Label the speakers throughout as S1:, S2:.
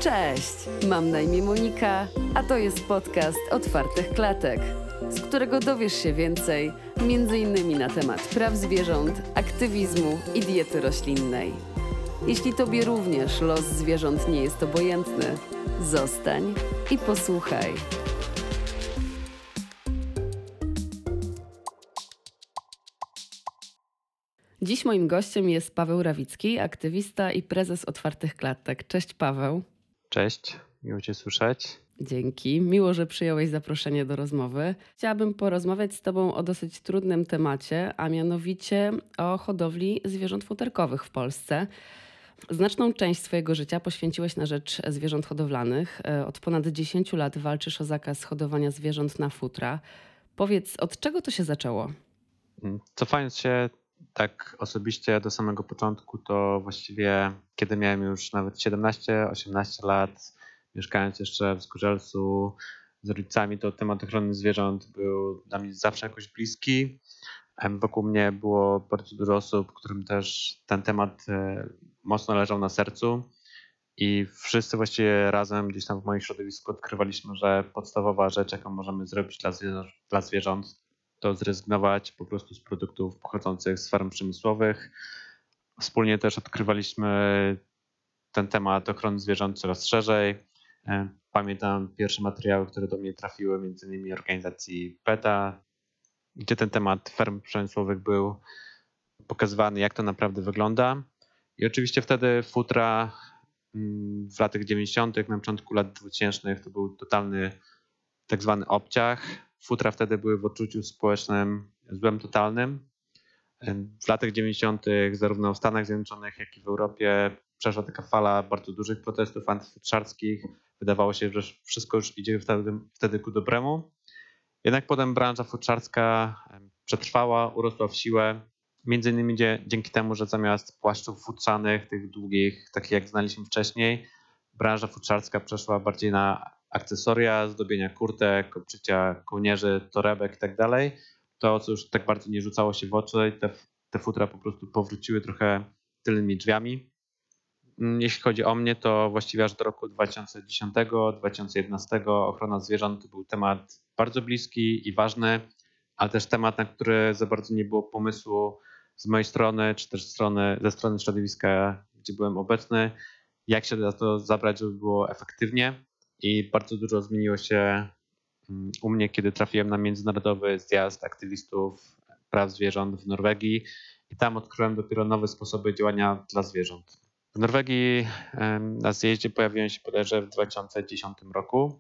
S1: Cześć, mam na imię Monika, a to jest podcast Otwartych Klatek, z którego dowiesz się więcej, m.in. na temat praw zwierząt, aktywizmu i diety roślinnej. Jeśli Tobie również los zwierząt nie jest obojętny, zostań i posłuchaj. Dziś moim gościem jest Paweł Rawicki, aktywista i prezes Otwartych Klatek. Cześć Paweł.
S2: Cześć, miło Cię słyszeć.
S1: Dzięki, miło, że przyjąłeś zaproszenie do rozmowy. Chciałabym porozmawiać z Tobą o dosyć trudnym temacie, a mianowicie o hodowli zwierząt futerkowych w Polsce. Znaczną część swojego życia poświęciłeś na rzecz zwierząt hodowlanych. Od ponad 10 lat walczysz o zakaz hodowania zwierząt na futra. Powiedz, od czego to się zaczęło?
S2: Cofając się tak osobiście do samego początku, to właściwie kiedy miałem już nawet 17-18 lat, mieszkając jeszcze w Zgorzelcu z rodzicami, to temat ochrony zwierząt był dla mnie zawsze jakoś bliski. Wokół mnie było bardzo dużo osób, którym też ten temat mocno leżał na sercu i wszyscy właściwie razem gdzieś tam w moim środowisku odkrywaliśmy, że podstawowa rzecz, jaką możemy zrobić dla zwierząt, to zrezygnować po prostu z produktów pochodzących z farm przemysłowych. Wspólnie też odkrywaliśmy ten temat ochrony zwierząt coraz szerzej. Pamiętam pierwsze materiały, które do mnie trafiły, między innymi organizacji PETA, gdzie ten temat ferm przemysłowych był pokazywany, jak to naprawdę wygląda. I oczywiście wtedy futra w latach 90., na początku lat 2000 to był totalny tak zwany obciach. Futra wtedy były w odczuciu społecznym złem totalnym. W latach 90. zarówno w Stanach Zjednoczonych, jak i w Europie przeszła taka fala bardzo dużych protestów antyfutrzarskich. Wydawało się, że wszystko już idzie wtedy ku dobremu. Jednak potem branża futrzarska przetrwała, urosła w siłę. Między innymi dzięki temu, że zamiast płaszczów futrzanych, tych długich, takich jak znaliśmy wcześniej, branża futrzarska przeszła bardziej na akcesoria, zdobienia kurtek, obszycia kołnierzy, torebek i tak dalej. To, co już tak bardzo nie rzucało się w oczy, te futra po prostu powróciły trochę tylnymi drzwiami. Jeśli chodzi o mnie, to właściwie aż do roku 2010-2011 ochrona zwierząt to był temat bardzo bliski i ważny, ale też temat, na który za bardzo nie było pomysłu z mojej strony, czy też ze strony środowiska, gdzie byłem obecny, jak się za to zabrać, żeby było efektywnie. I bardzo dużo zmieniło się u mnie, kiedy trafiłem na międzynarodowy zjazd aktywistów praw zwierząt w Norwegii i tam odkryłem dopiero nowe sposoby działania dla zwierząt. W Norwegii na zjeździe pojawiłem się bodajże w 2010 roku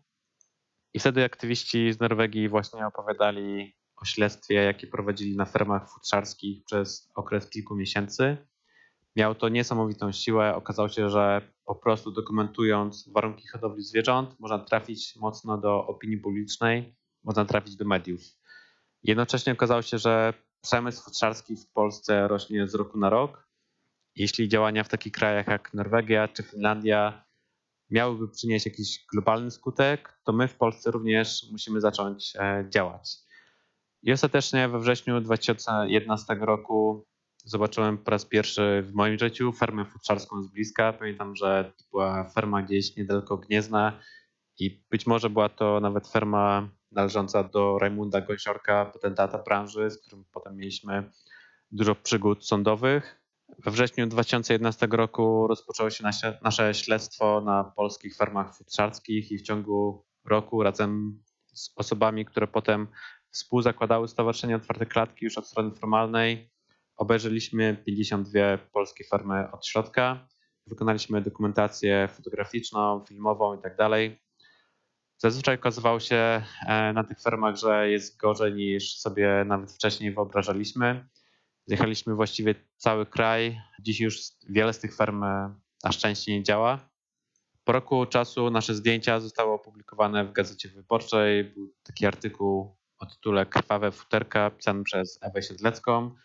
S2: i wtedy aktywiści z Norwegii właśnie opowiadali o śledztwie, jakie prowadzili na fermach futrzarskich przez okres kilku miesięcy. Miało to niesamowitą siłę. Okazało się, że po prostu dokumentując warunki hodowli zwierząt, można trafić mocno do opinii publicznej, można trafić do mediów. Jednocześnie okazało się, że przemysł futrzarski w Polsce rośnie z roku na rok. Jeśli działania w takich krajach jak Norwegia czy Finlandia miałyby przynieść jakiś globalny skutek, to my w Polsce również musimy zacząć działać. I ostatecznie we wrześniu 2011 roku zobaczyłem po raz pierwszy w moim życiu fermę futrzarską z bliska. Pamiętam, że to była ferma gdzieś niedaleko Gniezna i być może była to nawet ferma należąca do Rajmunda Gąsiorka, potentata branży, z którym potem mieliśmy dużo przygód sądowych. We wrześniu 2011 roku rozpoczęło się nasze śledztwo na polskich fermach futrzarskich i w ciągu roku razem z osobami, które potem współzakładały Stowarzyszenie Otwarte Klatki już od strony formalnej, obejrzeliśmy 52 polskie fermy od środka. Wykonaliśmy dokumentację fotograficzną, filmową i tak dalej. Zazwyczaj okazywało się na tych fermach, że jest gorzej niż sobie nawet wcześniej wyobrażaliśmy. Zjechaliśmy właściwie cały kraj. Dziś już wiele z tych ferm na szczęście nie działa. Po roku czasu nasze zdjęcia zostały opublikowane w Gazecie Wyborczej. Był taki artykuł o tytule Krwawe futerka, pisany przez Ewę Siedlecką.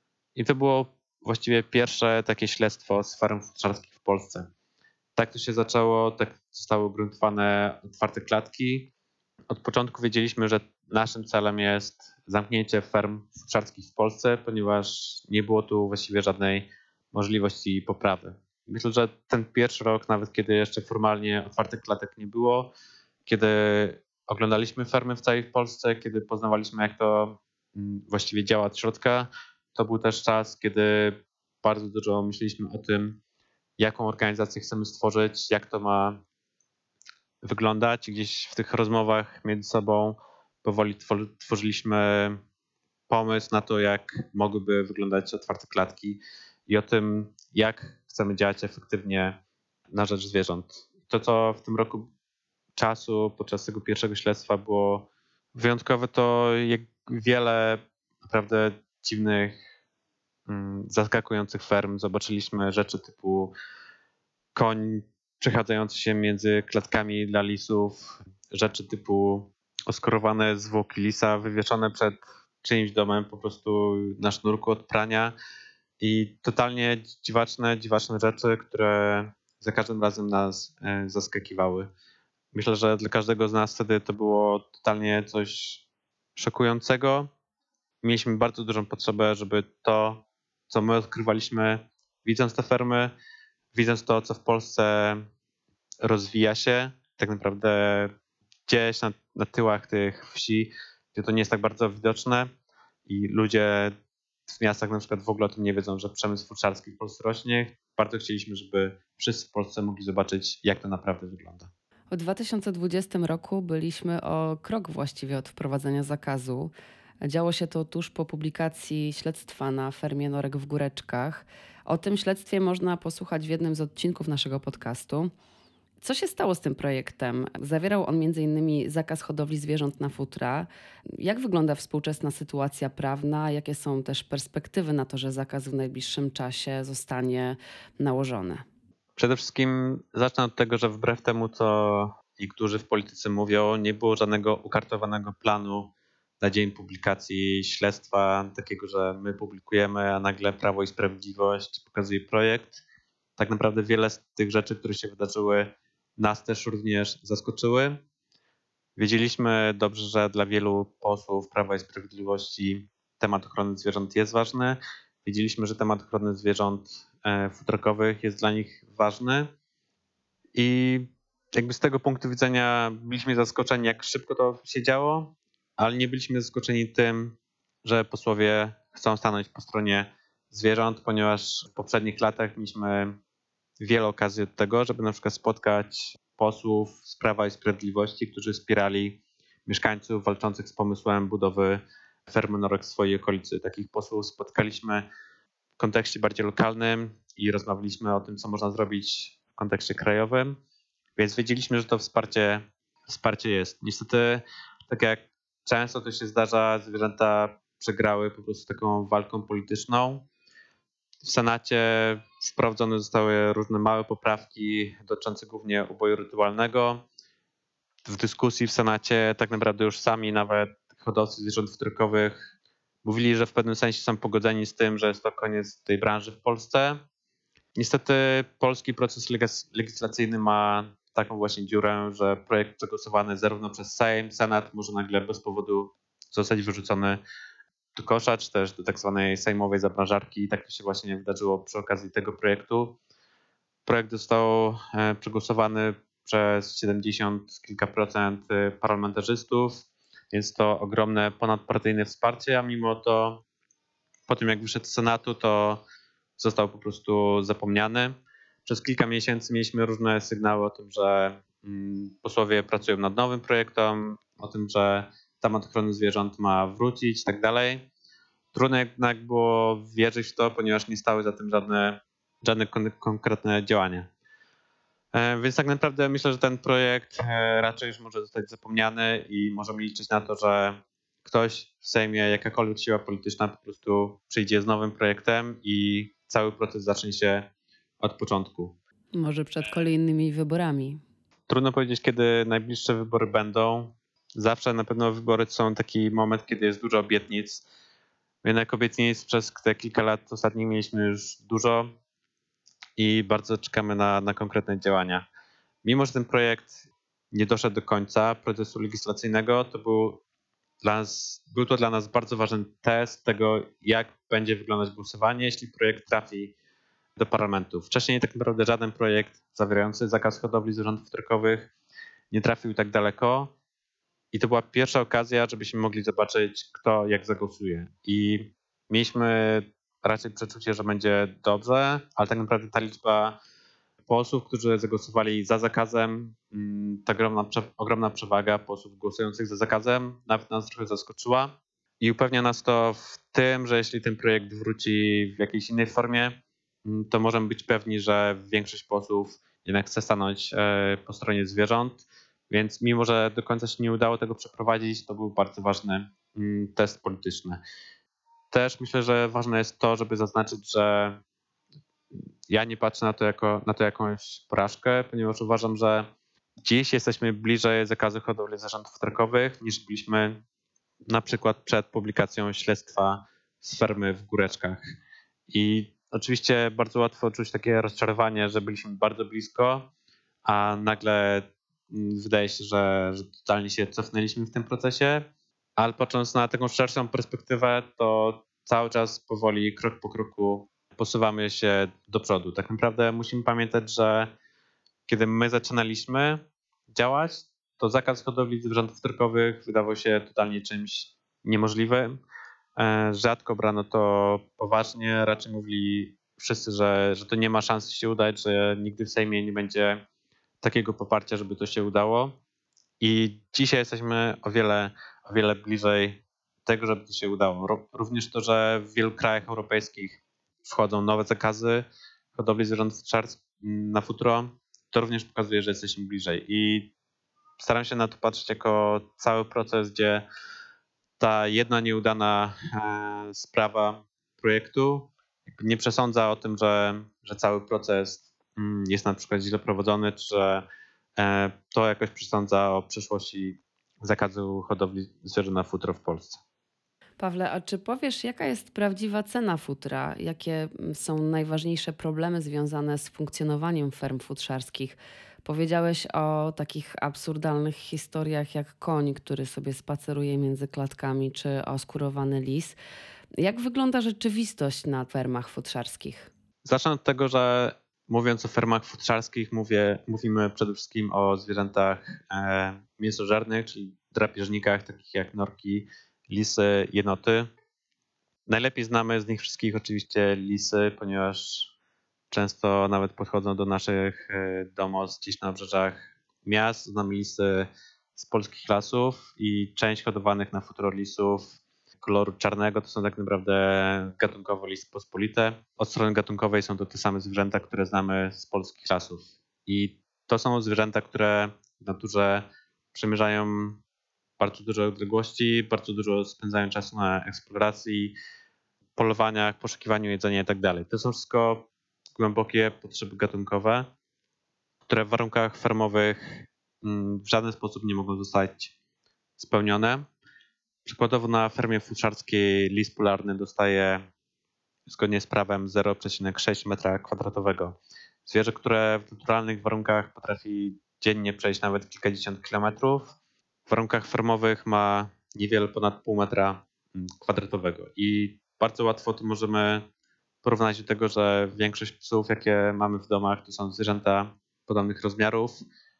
S2: I to było właściwie pierwsze takie śledztwo z ferm futrzarskich w Polsce. Tak to się zaczęło, tak zostały ugruntowane otwarte klatki. Od początku wiedzieliśmy, że naszym celem jest zamknięcie ferm futrzarskich w Polsce, ponieważ nie było tu właściwie żadnej możliwości poprawy. Myślę, że ten pierwszy rok, nawet kiedy jeszcze formalnie otwartych klatek nie było, kiedy oglądaliśmy fermy w całej Polsce, kiedy poznawaliśmy, jak to właściwie działa od środka, to był też czas, kiedy bardzo dużo myśleliśmy o tym, jaką organizację chcemy stworzyć, jak to ma wyglądać. Gdzieś w tych rozmowach między sobą powoli tworzyliśmy pomysł na to, jak mogłyby wyglądać otwarte klatki i o tym, jak chcemy działać efektywnie na rzecz zwierząt. To, co w tym roku czasu podczas tego pierwszego śledztwa było wyjątkowe, to jak wiele naprawdę dziwnych, zaskakujących ferm. Zobaczyliśmy rzeczy typu koń przechadzający się między klatkami dla lisów, rzeczy typu oskurowane zwłoki lisa wywieszone przed czyimś domem po prostu na sznurku od prania i totalnie dziwaczne rzeczy, które za każdym razem nas zaskakiwały. Myślę, że dla każdego z nas wtedy to było totalnie coś szokującego. Mieliśmy bardzo dużą potrzebę, żeby to, co my odkrywaliśmy, widząc te fermy, widząc to, co w Polsce rozwija się, tak naprawdę dzieje się na tyłach tych wsi, gdzie to nie jest tak bardzo widoczne i ludzie w miastach na przykład w ogóle o tym nie wiedzą, że przemysł futrzarski w Polsce rośnie. Bardzo chcieliśmy, żeby wszyscy w Polsce mogli zobaczyć, jak to naprawdę wygląda.
S1: W 2020 roku byliśmy o krok właściwie od wprowadzenia zakazu. Działo się to tuż po publikacji śledztwa na fermie Norek w Góreczkach. O tym śledztwie można posłuchać w jednym z odcinków naszego podcastu. Co się stało z tym projektem? Zawierał on m.in. zakaz hodowli zwierząt na futra. Jak wygląda współczesna sytuacja prawna? Jakie są też perspektywy na to, że zakaz w najbliższym czasie zostanie nałożony?
S2: Przede wszystkim zacznę od tego, że wbrew temu, co niektórzy w polityce mówią, nie było żadnego ukartowanego planu na dzień publikacji śledztwa, takiego, że my publikujemy, a nagle Prawo i Sprawiedliwość pokazuje projekt. Tak naprawdę wiele z tych rzeczy, które się wydarzyły, nas też również zaskoczyły. Wiedzieliśmy dobrze, że dla wielu posłów Prawa i Sprawiedliwości temat ochrony zwierząt jest ważny. Wiedzieliśmy, że temat ochrony zwierząt futerkowych jest dla nich ważny i jakby z tego punktu widzenia byliśmy zaskoczeni, jak szybko to się działo, ale nie byliśmy zaskoczeni tym, że posłowie chcą stanąć po stronie zwierząt, ponieważ w poprzednich latach mieliśmy wiele okazji do tego, żeby na przykład spotkać posłów z Prawa i Sprawiedliwości, którzy wspierali mieszkańców walczących z pomysłem budowy fermy norek w swojej okolicy. Takich posłów spotkaliśmy w kontekście bardziej lokalnym i rozmawialiśmy o tym, co można zrobić w kontekście krajowym, więc wiedzieliśmy, że to wsparcie jest. Niestety, tak jak często to się zdarza, zwierzęta przegrały po prostu taką walką polityczną. W Senacie wprowadzone zostały różne małe poprawki dotyczące głównie uboju rytualnego. W dyskusji w Senacie tak naprawdę już sami nawet hodowcy zwierząt futerkowych mówili, że w pewnym sensie są pogodzeni z tym, że jest to koniec tej branży w Polsce. Niestety polski proces legislacyjny ma taką właśnie dziurę, że projekt przegłosowany zarówno przez Sejm, Senat może nagle bez powodu zostać wyrzucony do kosza, czy też do tak zwanej sejmowej zamrażarki. I tak to się właśnie wydarzyło przy okazji tego projektu. Projekt został przegłosowany przez 70 kilka procent parlamentarzystów, więc to ogromne ponadpartyjne wsparcie, a mimo to po tym jak wyszedł z Senatu, to został po prostu zapomniany. Przez kilka miesięcy mieliśmy różne sygnały o tym, że posłowie pracują nad nowym projektem, o tym, że temat ochrony zwierząt ma wrócić i tak dalej. Trudno jednak było wierzyć w to, ponieważ nie stały za tym żadne konkretne działania. Więc tak naprawdę myślę, że ten projekt raczej już może zostać zapomniany i możemy liczyć na to, że ktoś w Sejmie, jakakolwiek siła polityczna po prostu przyjdzie z nowym projektem i cały proces zacznie się od początku.
S1: Może przed kolejnymi wyborami.
S2: Trudno powiedzieć, kiedy najbliższe wybory będą. Zawsze na pewno wybory to są taki moment, kiedy jest dużo obietnic. Jednak obietnic przez te kilka lat ostatnich mieliśmy już dużo i bardzo czekamy na konkretne działania. Mimo że ten projekt nie doszedł do końca procesu legislacyjnego, to był to dla nas bardzo ważny test tego, jak będzie wyglądać głosowanie, jeśli projekt trafi do parlamentu. Wcześniej tak naprawdę żaden projekt zawierający zakaz hodowli zwierząt futerkowych nie trafił tak daleko i to była pierwsza okazja, żebyśmy mogli zobaczyć, kto jak zagłosuje. I mieliśmy raczej przeczucie, że będzie dobrze, ale tak naprawdę ta liczba posłów, którzy zagłosowali za zakazem, ta ogromna przewaga posłów głosujących za zakazem nawet nas trochę zaskoczyła i upewnia nas to w tym, że jeśli ten projekt wróci w jakiejś innej formie, to możemy być pewni, że większość posłów jednak chce stanąć po stronie zwierząt, więc mimo, że do końca się nie udało tego przeprowadzić, to był bardzo ważny test polityczny. Też myślę, że ważne jest to, żeby zaznaczyć, że ja nie patrzę na to jakąś porażkę, ponieważ uważam, że dziś jesteśmy bliżej zakazu hodowli zwierząt futerkowych niż byliśmy na przykład przed publikacją śledztwa z fermy w Góreczkach. I oczywiście bardzo łatwo czuć takie rozczarowanie, że byliśmy bardzo blisko, a nagle wydaje się, że totalnie się cofnęliśmy w tym procesie, ale patrząc na taką szerszą perspektywę, to cały czas powoli, krok po kroku posuwamy się do przodu. Tak naprawdę musimy pamiętać, że kiedy my zaczynaliśmy działać, to zakaz hodowli zwierząt futerkowych wydawał się totalnie czymś niemożliwym. Rzadko brano to poważnie, raczej mówili wszyscy, że to nie ma szans się udać, że nigdy w Sejmie nie będzie takiego poparcia, żeby to się udało. I dzisiaj jesteśmy o wiele bliżej tego, żeby to się udało. Również to, że w wielu krajach europejskich wchodzą nowe zakazy hodowli zwierząt na futro, to również pokazuje, że jesteśmy bliżej. I staram się na to patrzeć jako cały proces, gdzie ta jedna nieudana sprawa projektu nie przesądza o tym, że cały proces jest na przykład źle prowadzony, czy że to jakoś przesądza o przyszłości zakazu hodowli zwierząt na futro w Polsce.
S1: Pawle, a czy powiesz, jaka jest prawdziwa cena futra? Jakie są najważniejsze problemy związane z funkcjonowaniem ferm futrzarskich? Powiedziałeś o takich absurdalnych historiach jak koń, który sobie spaceruje między klatkami, czy oskurowany lis. Jak wygląda rzeczywistość na fermach futrzarskich?
S2: Zacznę od tego, że mówiąc o fermach futrzarskich, mówimy przede wszystkim o zwierzętach mięsożernych, czyli drapieżnikach, takich jak norki, lisy, jenoty. Najlepiej znamy z nich wszystkich oczywiście lisy, ponieważ często nawet podchodzą do naszych domostw gdzieś na obrzeżach miast. Znamy lisy z polskich lasów i część hodowanych na futro lisów koloru czarnego to są tak naprawdę gatunkowo lisy pospolite. Od strony gatunkowej są to te same zwierzęta, które znamy z polskich lasów. I to są zwierzęta, które w naturze przemierzają bardzo duże odległości, bardzo dużo spędzają czasu na eksploracji, polowaniach, poszukiwaniu jedzenia i tak dalej. To są wszystko głębokie potrzeby gatunkowe, które w warunkach fermowych w żaden sposób nie mogą zostać spełnione. Przykładowo na fermie futrzarskiej lis polarny dostaje zgodnie z prawem 0,6 m². Zwierzę, które w naturalnych warunkach potrafi dziennie przejść nawet kilkadziesiąt kilometrów, w warunkach fermowych ma niewiele ponad pół metra kwadratowego. I bardzo łatwo to możemy porównać do tego, że większość psów, jakie mamy w domach, to są zwierzęta podobnych rozmiarów.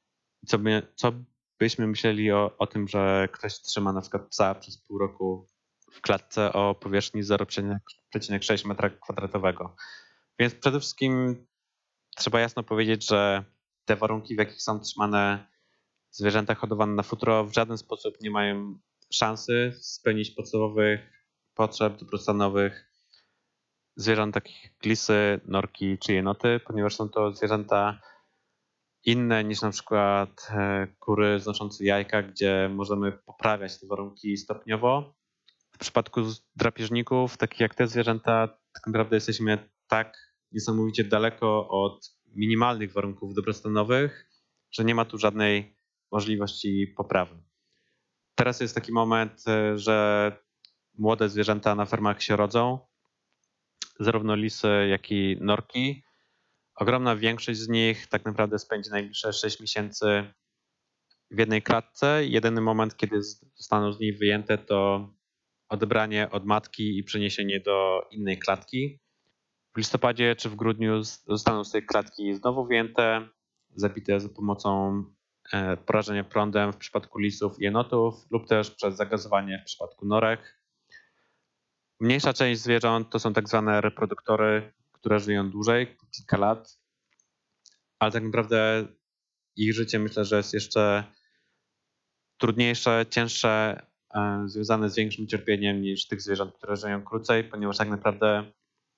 S2: Co byśmy myśleli o tym, że ktoś trzyma na przykład psa przez pół roku w klatce o powierzchni 0,6 m². Więc przede wszystkim trzeba jasno powiedzieć, że te warunki, w jakich są trzymane zwierzęta hodowane na futro, w żaden sposób nie mają szansy spełnić podstawowych potrzeb dobrostanowych zwierząt takich jak lisy, norki czy jenoty, ponieważ są to zwierzęta inne niż na przykład kury znoszące jajka, gdzie możemy poprawiać te warunki stopniowo. W przypadku drapieżników, takich jak te zwierzęta, tak naprawdę jesteśmy tak niesamowicie daleko od minimalnych warunków dobrostanowych, że nie ma tu żadnej możliwości poprawy. Teraz jest taki moment, że młode zwierzęta na fermach się rodzą, zarówno lisy, jak i norki. Ogromna większość z nich tak naprawdę spędzi najbliższe 6 miesięcy w jednej klatce. Jedyny moment, kiedy zostaną z niej wyjęte, to odebranie od matki i przeniesienie do innej klatki. w listopadzie czy w grudniu zostaną z tej klatki znowu wyjęte, zabite za pomocą porażenia prądem w przypadku lisów i jenotów lub też przez zagazowanie w przypadku norek. Mniejsza część zwierząt to są tak zwane reproduktory, które żyją dłużej, kilka lat, ale tak naprawdę ich życie myślę, że jest jeszcze trudniejsze, cięższe, związane z większym cierpieniem niż tych zwierząt, które żyją krócej, ponieważ tak naprawdę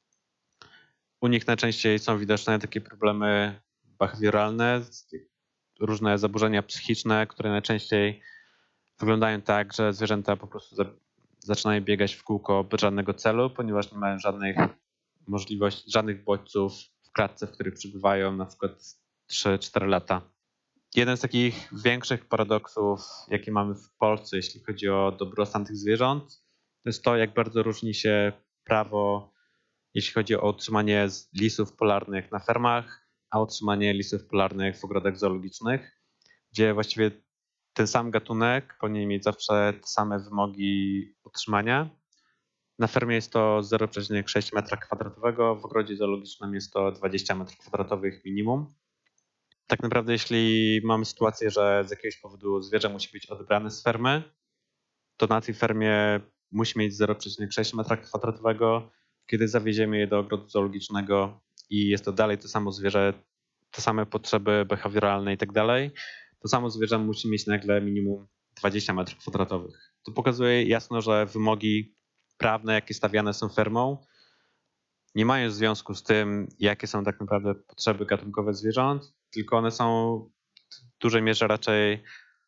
S2: u nich najczęściej są widoczne takie problemy behawioralne, różne zaburzenia psychiczne, które najczęściej wyglądają tak, że zwierzęta po prostu zaczynają biegać w kółko bez żadnego celu, ponieważ nie mają żadnych możliwości, żadnych bodźców w klatce, w której przebywają na przykład 3-4 lata. Jeden z takich większych paradoksów, jakie mamy w Polsce, jeśli chodzi o dobrostan tych zwierząt, to jest to, jak bardzo różni się prawo, jeśli chodzi o utrzymanie lisów polarnych na fermach, a utrzymanie lisów polarnych w ogrodach zoologicznych, gdzie właściwie ten sam gatunek powinien mieć zawsze te same wymogi utrzymania. Na fermie jest to 0,6 m2, w ogrodzie zoologicznym jest to 20 m2 minimum. Tak naprawdę jeśli mamy sytuację, że z jakiegoś powodu zwierzę musi być odebrane z fermy, to na tej fermie musi mieć 0,6 m2. Kiedy zawieziemy je do ogrodu zoologicznego i jest to dalej to samo zwierzę, te same potrzeby behawioralne i tak dalej, to samo zwierzę musi mieć nagle minimum 20 m2. To pokazuje jasno, że wymogi prawne, jakie stawiane są fermą, nie mają związku z tym, jakie są tak naprawdę potrzeby gatunkowe zwierząt, tylko one są w dużej mierze raczej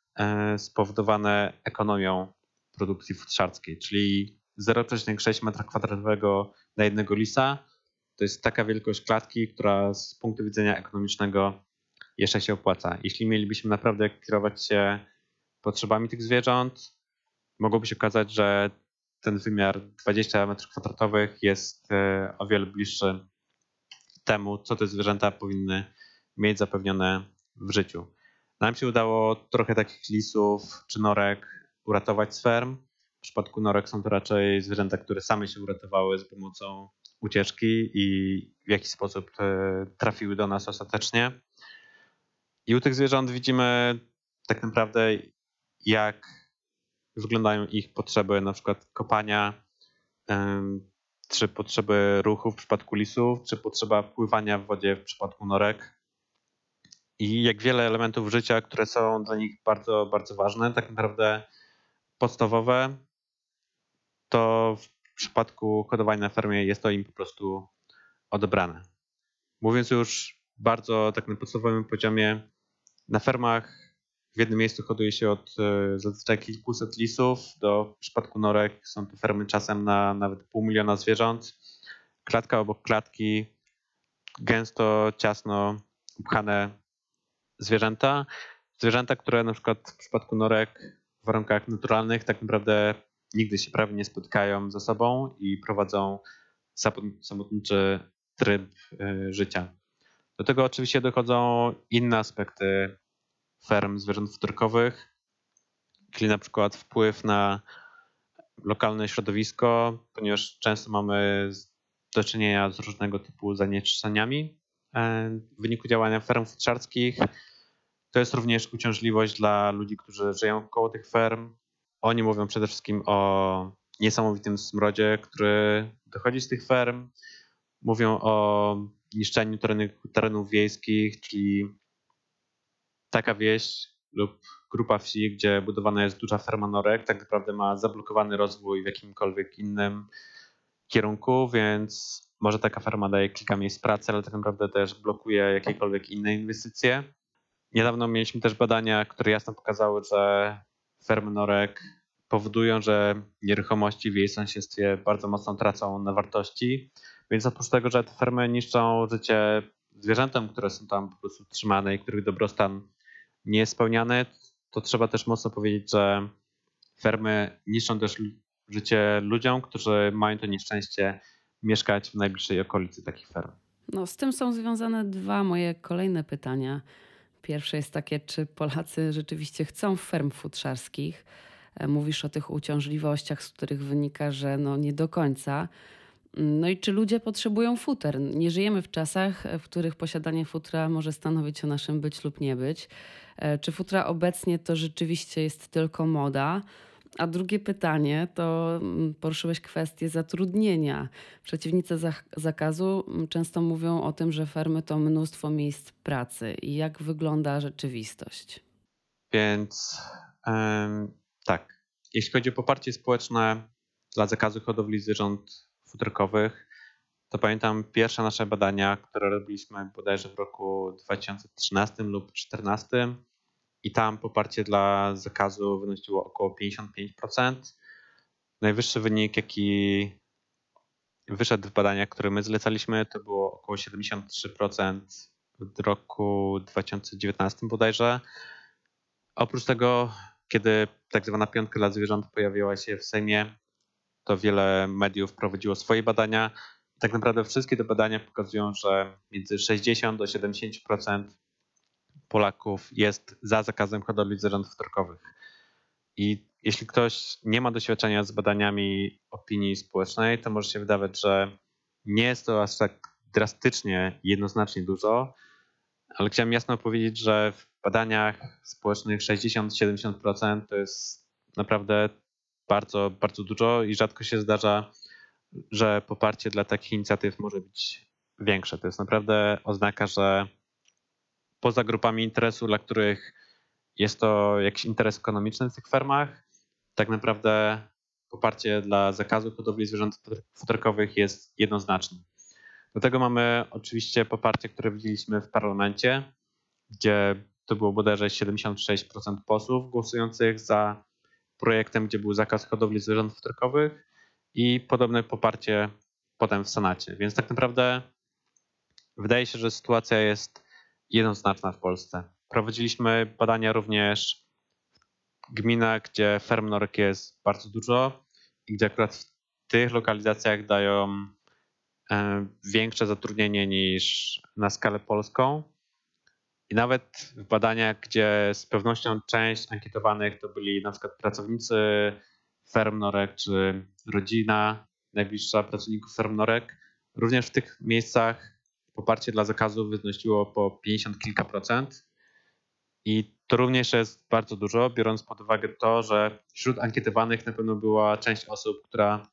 S2: spowodowane ekonomią produkcji futrzarskiej, czyli 0,6 m2 na jednego lisa to jest taka wielkość klatki, która z punktu widzenia ekonomicznego jeszcze się opłaca. Jeśli mielibyśmy naprawdę kierować się potrzebami tych zwierząt, mogłoby się okazać, że ten wymiar 20 m2 jest o wiele bliższy temu, co te zwierzęta powinny mieć zapewnione w życiu. Nam się udało trochę takich lisów czy norek uratować z ferm. W przypadku norek są to raczej zwierzęta, które same się uratowały za pomocą ucieczki i w jakiś sposób trafiły do nas ostatecznie. I u tych zwierząt widzimy tak naprawdę, jak wyglądają ich potrzeby, na przykład kopania, czy potrzeby ruchu w przypadku lisów, czy potrzeba pływania w wodzie w przypadku norek. I jak wiele elementów życia, które są dla nich bardzo, bardzo ważne, tak naprawdę podstawowe, to w przypadku hodowania na fermie jest to im po prostu odebrane. Mówiąc już bardzo tak na podstawowym poziomie, na fermach w jednym miejscu hoduje się od zazwyczaj kilkuset lisów, w przypadku norek są to fermy czasem na nawet 500 000 zwierząt. Klatka obok klatki, gęsto, ciasno upchane zwierzęta. Zwierzęta, które na przykład w przypadku norek w warunkach naturalnych tak naprawdę nigdy się prawie nie spotykają ze sobą i prowadzą samotniczy tryb życia. Do tego oczywiście dochodzą inne aspekty ferm zwierząt futerkowych, czyli na przykład wpływ na lokalne środowisko, ponieważ często mamy do czynienia z różnego typu zanieczyszczeniami w wyniku działania ferm futrzarskich. To jest również uciążliwość dla ludzi, którzy żyją koło tych ferm. Oni mówią przede wszystkim o niesamowitym smrodzie, który dochodzi z tych ferm. Mówią o niszczeniu terenów wiejskich, czyli taka wieś lub grupa wsi, gdzie budowana jest duża ferma norek, tak naprawdę ma zablokowany rozwój w jakimkolwiek innym kierunku, więc może taka ferma daje kilka miejsc pracy, ale tak naprawdę też blokuje jakiekolwiek inne inwestycje. Niedawno mieliśmy też badania, które jasno pokazały, że fermy norek powodują, że nieruchomości w jej sąsiedztwie bardzo mocno tracą na wartości. Więc oprócz tego, że te fermy niszczą życie zwierzętom, które są tam po prostu trzymane i których dobrostan nie jest spełniany, to trzeba też mocno powiedzieć, że fermy niszczą też życie ludziom, którzy mają to nieszczęście mieszkać w najbliższej okolicy takich ferm.
S1: No, z tym są związane dwa moje kolejne pytania. Pierwsze jest takie, czy Polacy rzeczywiście chcą ferm futrzarskich? Mówisz o tych uciążliwościach, z których wynika, że no nie do końca. No i czy ludzie potrzebują futer? Nie żyjemy w czasach, w których posiadanie futra może stanowić o naszym być lub nie być. Czy futra obecnie to rzeczywiście jest tylko moda? A drugie pytanie to poruszyłeś kwestię zatrudnienia. Przeciwnicy zakazu często mówią o tym, że fermy to mnóstwo miejsc pracy. I jak wygląda rzeczywistość?
S2: Więc tak, jeśli chodzi o poparcie społeczne dla zakazu hodowli zwierząt futerkowych, to pamiętam pierwsze nasze badania, które robiliśmy bodajże w roku 2013 lub 2014 i tam poparcie dla zakazu wynosiło około 55%. Najwyższy wynik, jaki wyszedł w badaniach, które my zlecaliśmy, to było około 73% w roku 2019 bodajże. Oprócz tego, kiedy tak zwana piątka dla zwierząt pojawiła się w Sejmie, to wiele mediów prowadziło swoje badania. Tak naprawdę wszystkie te badania pokazują, że między 60 do 70% Polaków jest za zakazem hodowli zwierząt futerkowych. I jeśli ktoś nie ma doświadczenia z badaniami opinii społecznej, to może się wydawać, że nie jest to aż tak drastycznie, jednoznacznie dużo, ale chciałem jasno powiedzieć, że w badaniach społecznych 60-70% to jest naprawdę bardzo, bardzo dużo i rzadko się zdarza, że poparcie dla takich inicjatyw może być większe. To jest naprawdę oznaka, że poza grupami interesu, dla których jest to jakiś interes ekonomiczny w tych fermach, tak naprawdę poparcie dla zakazu hodowli zwierząt futerkowych jest jednoznaczne. Do tego mamy oczywiście poparcie, które widzieliśmy w parlamencie, gdzie to było bodajże 76% posłów głosujących za projektem, gdzie był zakaz hodowli zwierząt futerkowych i podobne poparcie potem w Senacie. Więc tak naprawdę wydaje się, że sytuacja jest jednoznaczna w Polsce. Prowadziliśmy badania również w gminach, gdzie ferm norek jest bardzo dużo i gdzie akurat w tych lokalizacjach dają większe zatrudnienie niż na skalę polską. I nawet w badaniach, gdzie z pewnością część ankietowanych to byli na przykład pracownicy ferm norek czy rodzina najbliższa pracowników ferm norek, również w tych miejscach poparcie dla zakazu wynosiło po 50 kilka procent. I to również jest bardzo dużo, biorąc pod uwagę to, że wśród ankietowanych na pewno była część osób, która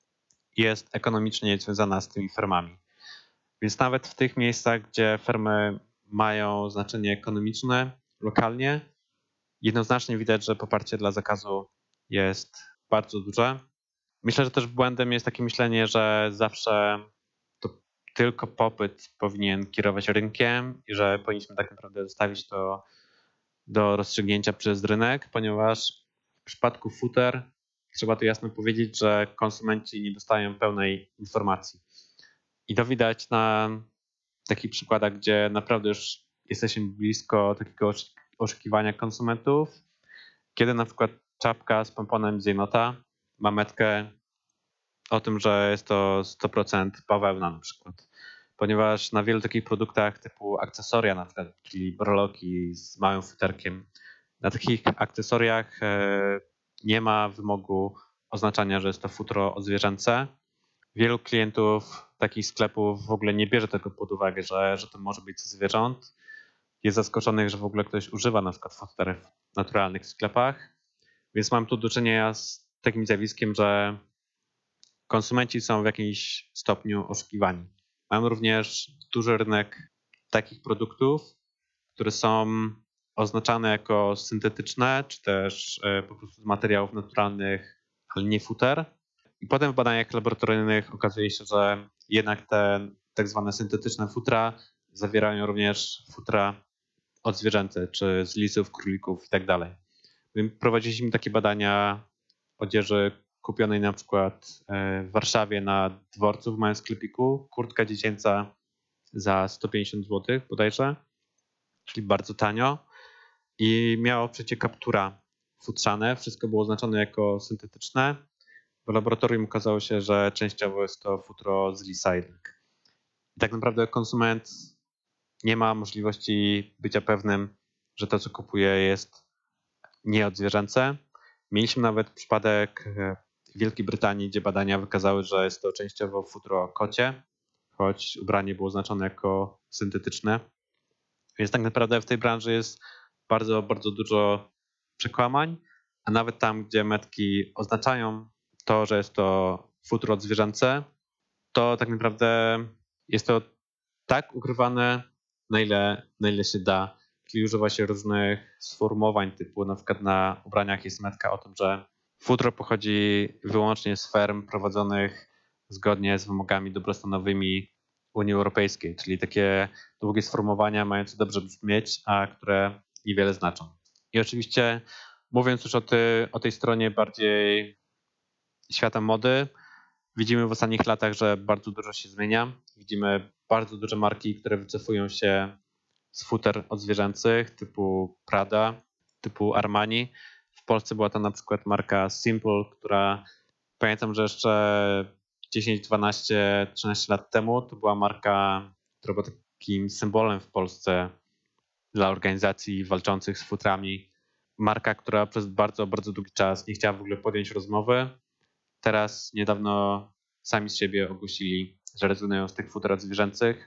S2: jest ekonomicznie związana z tymi fermami. Więc nawet w tych miejscach, gdzie fermy mają znaczenie ekonomiczne lokalnie, jednoznacznie widać, że poparcie dla zakazu jest bardzo duże. Myślę, że też błędem jest takie myślenie, że zawsze to tylko popyt powinien kierować rynkiem i że powinniśmy tak naprawdę zostawić to do rozstrzygnięcia przez rynek, ponieważ w przypadku futer trzeba tu jasno powiedzieć, że konsumenci nie dostają pełnej informacji. I to widać na takich przykładach, gdzie naprawdę już jesteśmy blisko takiego oszukiwania konsumentów, kiedy na przykład czapka z pomponem z jenota ma metkę o tym, że jest to 100% bawełna na przykład. Ponieważ na wielu takich produktach typu akcesoria na przykład, czyli broloki z małym futerkiem, na takich akcesoriach nie ma wymogu oznaczania, że jest to futro odzwierzęce. Wielu klientów takich sklepów w ogóle nie bierze tego pod uwagę, że to może być ze zwierząt. Jest zaskoczonych, że w ogóle ktoś używa na przykład futer w naturalnych sklepach. Więc mam tu do czynienia z takim zjawiskiem, że konsumenci są w jakimś stopniu oszukiwani. Mamy również duży rynek takich produktów, które są oznaczane jako syntetyczne, czy też po prostu z materiałów naturalnych, ale nie futer. I potem w badaniach laboratoryjnych okazuje się, że jednak te tak zwane syntetyczne futra zawierają również futra odzwierzęce, czy z lisów, królików i tak dalej. My prowadziliśmy takie badania odzieży kupionej na przykład w Warszawie na dworcu w małym sklepiku, kurtka dziecięca za 150 zł bodajże, czyli bardzo tanio i miało przecie kaptura futrzane, wszystko było oznaczone jako syntetyczne. W laboratorium okazało się, że częściowo jest to futro z lisa jednak. I tak naprawdę konsument nie ma możliwości bycia pewnym, że to, co kupuje, jest nieodzwierzęce. Mieliśmy nawet przypadek w Wielkiej Brytanii, gdzie badania wykazały, że jest to częściowo futro kocie, choć ubranie było oznaczone jako syntetyczne. Więc tak naprawdę w tej branży jest bardzo, bardzo dużo przekłamań, a nawet tam, gdzie metki oznaczają to, że jest to futro zwierzęce, to tak naprawdę jest to tak ukrywane, na ile się da. Czyli używa się różnych sformułowań typu na przykład na ubraniach jest metka o tym, że futro pochodzi wyłącznie z ferm prowadzonych zgodnie z wymogami dobrostanowymi Unii Europejskiej, czyli takie długie sformułowania mające dobrze brzmieć, a które niewiele znaczą. I oczywiście mówiąc już o tej stronie bardziej świata mody, widzimy w ostatnich latach, że bardzo dużo się zmienia. Widzimy bardzo duże marki, które wycofują się z futer odzwierzęcych typu Prada, typu Armani. W Polsce była to na przykład marka Simple, która pamiętam, że jeszcze 10, 12, 13 lat temu to była marka, która była takim symbolem w Polsce dla organizacji walczących z futrami. Marka, która przez bardzo, bardzo długi czas nie chciała w ogóle podjąć rozmowy. Teraz niedawno sami z siebie ogłosili, że rezygnują z tych futer zwierzęcych.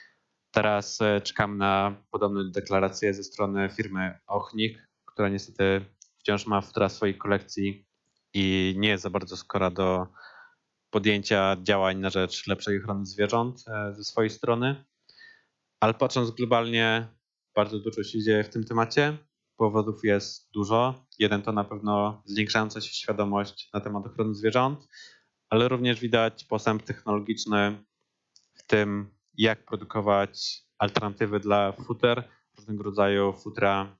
S2: Teraz czekam na podobne deklaracje ze strony firmy Ochnik, która niestety wciąż ma futra w swojej kolekcji i nie jest za bardzo skora do podjęcia działań na rzecz lepszej ochrony zwierząt ze swojej strony. Ale patrząc globalnie, bardzo dużo się dzieje w tym temacie. Powodów jest dużo. Jeden to na pewno zwiększająca się świadomość na temat ochrony zwierząt, ale również widać postęp technologiczny w tym, jak produkować alternatywy dla futer, różnego rodzaju futra,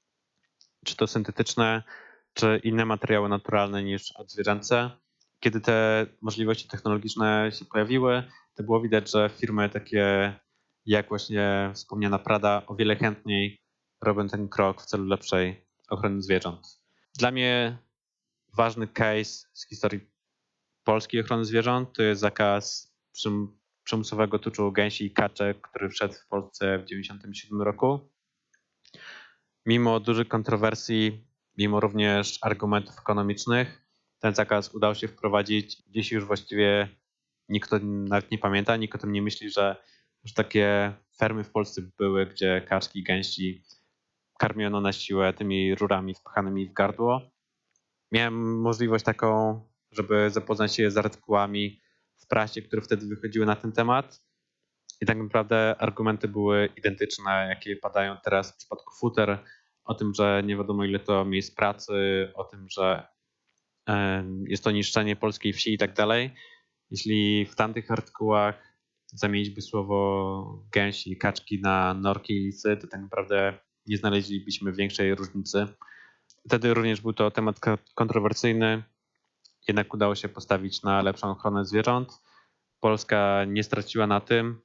S2: czy to syntetyczne, czy inne materiały naturalne niż odzwierzęce. Kiedy te możliwości technologiczne się pojawiły, to było widać, że firmy takie jak właśnie wspomniana Prada o wiele chętniej robią ten krok w celu lepszej ochrony zwierząt. Dla mnie ważny case z historii polskiej ochrony zwierząt to jest zakaz przymusowego tuczu gęsi i kaczek, który wszedł w Polsce w 1997 roku. Mimo dużych kontrowersji, mimo również argumentów ekonomicznych, ten zakaz udało się wprowadzić. Dziś już właściwie nikt o nim nawet nie pamięta, nikt o tym nie myśli, że takie fermy w Polsce były, gdzie kaczki i gęsi karmiono na siłę tymi rurami wpchanymi w gardło. Miałem możliwość taką, żeby zapoznać się z artykułami w prasie, które wtedy wychodziły na ten temat. I tak naprawdę argumenty były identyczne, jakie padają teraz w przypadku futer, o tym, że nie wiadomo ile to miejsc pracy, o tym, że jest to niszczenie polskiej wsi i tak dalej. Jeśli w tamtych artykułach zamienić by słowo gęsi, kaczki na norki i lisy, to tak naprawdę nie znaleźlibyśmy większej różnicy. Wtedy również był to temat kontrowersyjny, jednak udało się postawić na lepszą ochronę zwierząt. Polska nie straciła na tym,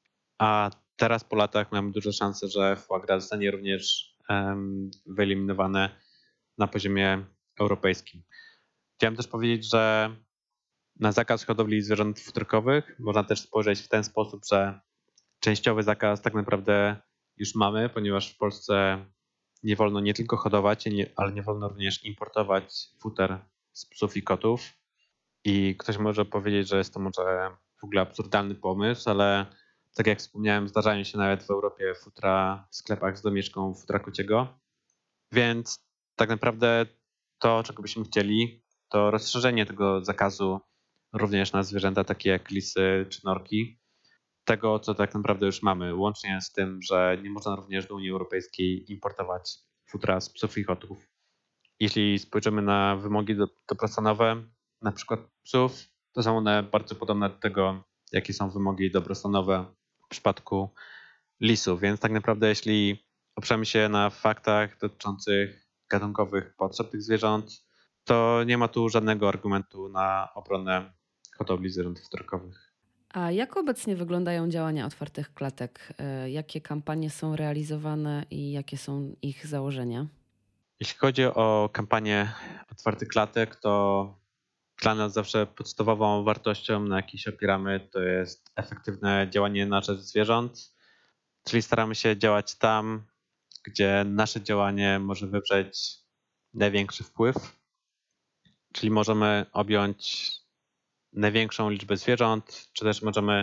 S2: a teraz po latach mamy duże szanse, że foie gras zostanie również wyeliminowane na poziomie europejskim. Chciałem też powiedzieć, że na zakaz hodowli zwierząt futerkowych można też spojrzeć w ten sposób, że częściowy zakaz tak naprawdę już mamy, ponieważ w Polsce nie wolno nie tylko hodować, ale nie wolno również importować futer z psów i kotów. I ktoś może powiedzieć, że jest to może w ogóle absurdalny pomysł, ale tak jak wspomniałem, zdarzają się nawet w Europie futra w sklepach z domieszką futra kociego. Więc tak naprawdę to, czego byśmy chcieli, to rozszerzenie tego zakazu również na zwierzęta takie jak lisy czy norki. Tego, co tak naprawdę już mamy, łącznie z tym, że nie można również do Unii Europejskiej importować futra z psów i kotów. Jeśli spojrzymy na wymogi dobrostanowe, na przykład psów, to są one bardzo podobne do tego, jakie są wymogi dobrostanowe w przypadku lisów. Więc tak naprawdę, jeśli oprzemy się na faktach dotyczących gatunkowych potrzeb tych zwierząt, to nie ma tu żadnego argumentu na obronę hodowli zwierząt futerkowych.
S1: A jak obecnie wyglądają działania otwartych klatek? Jakie kampanie są realizowane i jakie są ich założenia?
S2: Jeśli chodzi o kampanię otwartych klatek, to dla nas zawsze podstawową wartością, na jakiej się opieramy, to jest efektywne działanie na rzecz zwierząt, czyli staramy się działać tam, gdzie nasze działanie może wywrzeć największy wpływ. czyli możemy objąć największą liczbę zwierząt, czy też możemy